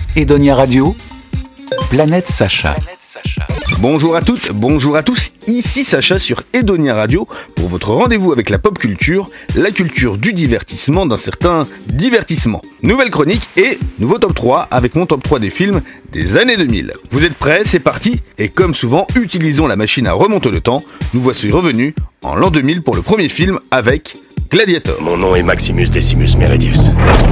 Edonia Radio, Planète Sacha. Bonjour à toutes, bonjour à tous, ici Sacha sur Edonia Radio pour votre rendez-vous avec la pop culture, la culture du divertissement, d'un certain divertissement. Nouvelle chronique et nouveau top 3 avec mon top 3 des films des années 2000. Vous êtes prêts? C'est parti. Et comme souvent, utilisons la machine à remonter le temps. Nous voici revenus en l'an 2000 pour le premier film avec Gladiator. Mon nom est Maximus Decimus Meridius,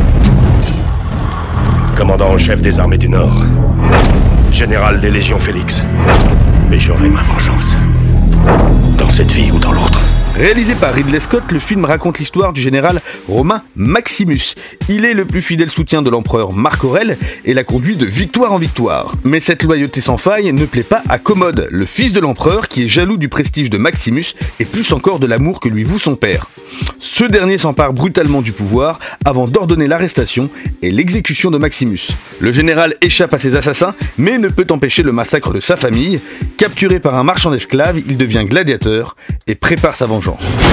commandant en chef des armées du Nord, général des légions Félix. Mais j'aurai ma vengeance, dans cette vie ou dans l'autre. Réalisé par Ridley Scott, le film raconte l'histoire du général romain Maximus. Il est le plus fidèle soutien de l'empereur Marc Aurèle et l'a conduit de victoire en victoire. Mais cette loyauté sans faille ne plaît pas à Commode, le fils de l'empereur qui est jaloux du prestige de Maximus et plus encore de l'amour que lui voue son père. Ce dernier s'empare brutalement du pouvoir avant d'ordonner l'arrestation et l'exécution de Maximus. Le général échappe à ses assassins mais ne peut empêcher le massacre de sa famille. Capturé par un marchand d'esclaves, il devient gladiateur et prépare sa vengeance.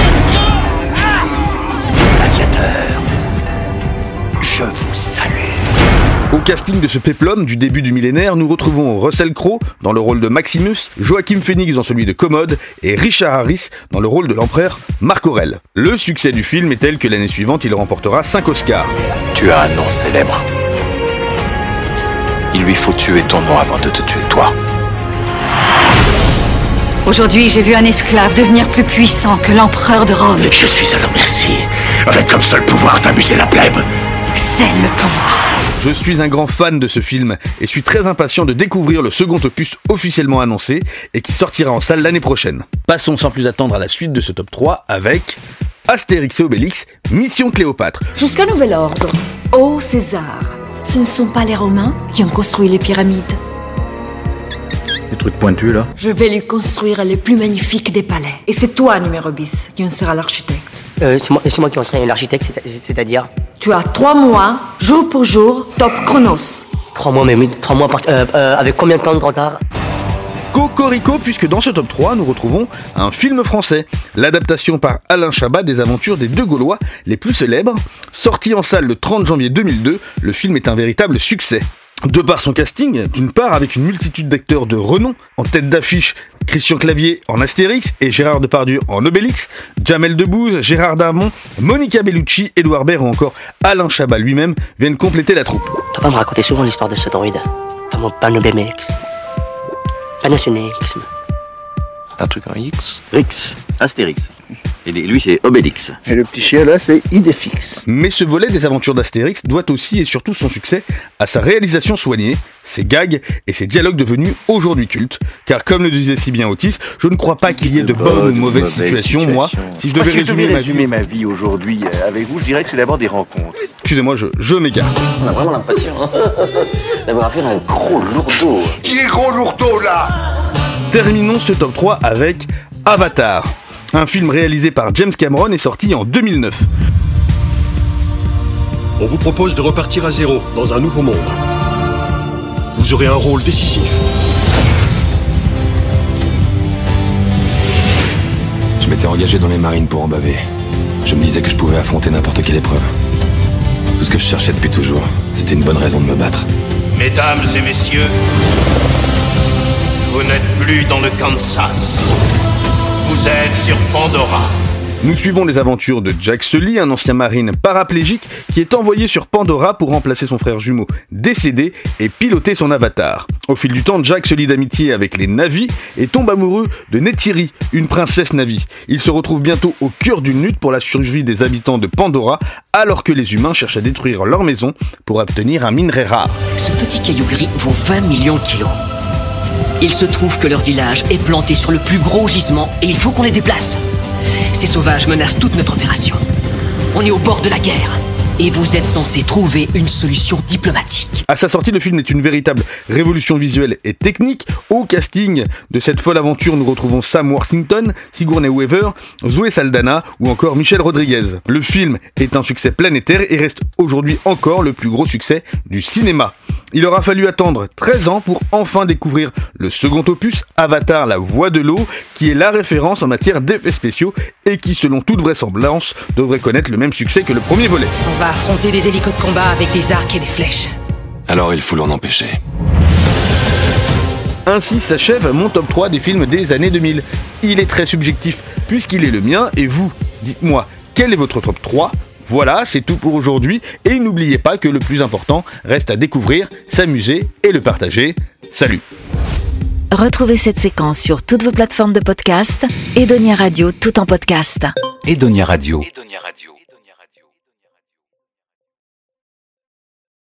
Gladiateur, je vous salue. Au casting de ce péplum du début du millénaire, nous retrouvons Russell Crowe dans le rôle de Maximus, Joaquin Phoenix dans celui de Commode et Richard Harris dans le rôle de l'empereur Marc Aurèle. Le succès du film est tel que l'année suivante, il remportera 5 Oscars. Tu as un nom célèbre. Il lui faut tuer ton nom avant de te tuer toi. Aujourd'hui, j'ai vu un esclave devenir plus puissant que l'empereur de Rome. Et je suis à leur merci, avec comme seul pouvoir d'amuser la plèbe. C'est le pouvoir. Je suis un grand fan de ce film et suis très impatient de découvrir le second opus officiellement annoncé et qui sortira en salle l'année prochaine. Passons sans plus attendre à la suite de ce top 3 avec Astérix et Obélix, Mission Cléopâtre. Jusqu'à nouvel ordre. Ô César, ce ne sont pas les Romains qui ont construit les pyramides. Des trucs pointus là. Je vais lui construire les plus magnifiques des palais. Et c'est toi, numéro bis, qui en sera l'architecte. C'est moi qui en serai l'architecte, c'est-à-dire Tu as 3 mois, jour pour jour, top chronos. 3 mois, mais 3 mois avec combien de temps de retard? Cocorico, puisque dans ce top 3, nous retrouvons un film français. L'adaptation par Alain Chabat des aventures des deux Gaulois les plus célèbres. Sorti en salle le 30 janvier 2002, le film est un véritable succès. De par son casting, d'une part avec une multitude d'acteurs de renom, en tête d'affiche Christian Clavier en Astérix et Gérard Depardieu en Obélix, Jamel Debbouze, Gérard Darmon, Monica Bellucci, Édouard Baird ou encore Alain Chabat lui-même viennent compléter la troupe. Papa me racontait souvent l'histoire de ce droïde. Pas mon BMX. Panasonicxme. Un truc en X. Rix, Astérix. Et lui c'est Obélix. Et le petit chien là c'est Idéfix. Mais ce volet des aventures d'Astérix doit aussi et surtout son succès à sa réalisation soignée, ses gags et ses dialogues devenus aujourd'hui cultes. Car comme le disait si bien Otis, je ne crois pas qu'il y ait de bonnes ou de mauvaises situations. Moi, si je devais résumer ma vie aujourd'hui avec vous, je dirais que c'est d'abord des rencontres. Excusez-moi, je m'égare. On a vraiment l'impression d'avoir affaire à un gros lourdeau. Qui est gros lourdeau là? Terminons ce top 3 avec Avatar. Un film réalisé par James Cameron est sorti en 2009. On vous propose de repartir à zéro dans un nouveau monde. Vous aurez un rôle décisif. Je m'étais engagé dans les marines pour en baver. Je me disais que je pouvais affronter n'importe quelle épreuve. Tout ce que je cherchais depuis toujours, c'était une bonne raison de me battre. Mesdames et messieurs, vous n'êtes plus dans le Kansas. Vous êtes sur Pandora. Nous suivons les aventures de Jack Sully, un ancien marine paraplégique qui est envoyé sur Pandora pour remplacer son frère jumeau décédé et piloter son avatar. Au fil du temps, Jack se lie d'amitié avec les Na'vi et tombe amoureux de Neytiri, une princesse Na'vi. Il se retrouve bientôt au cœur d'une lutte pour la survie des habitants de Pandora, alors que les humains cherchent à détruire leur maison pour obtenir un minerai rare. Ce petit caillou gris vaut 20 millions de kilos. Il se trouve que leur village est planté sur le plus gros gisement et il faut qu'on les déplace. Ces sauvages menacent toute notre opération. On est au bord de la guerre. Et vous êtes censé trouver une solution diplomatique. À sa sortie, le film est une véritable révolution visuelle et technique. Au casting de cette folle aventure, nous retrouvons Sam Worthington, Sigourney Weaver, Zoé Saldana ou encore Michelle Rodriguez. Le film est un succès planétaire et reste aujourd'hui encore le plus gros succès du cinéma. Il aura fallu attendre 13 ans pour enfin découvrir le second opus, Avatar, la voix de l'eau, qui est la référence en matière d'effets spéciaux et qui, selon toute vraisemblance, devrait connaître le même succès que le premier volet. On va affronter des hélicos de combat avec des arcs et des flèches. Alors il faut l'en empêcher. Ainsi s'achève mon top 3 des films des années 2000. Il est très subjectif, puisqu'il est le mien, et vous, dites-moi, quel est votre top 3 ? Voilà, c'est tout pour aujourd'hui, et n'oubliez pas que le plus important reste à découvrir, s'amuser et le partager. Salut ! Retrouvez cette séquence sur toutes vos plateformes de podcast, Edonia Radio tout en podcast. Edonia Radio.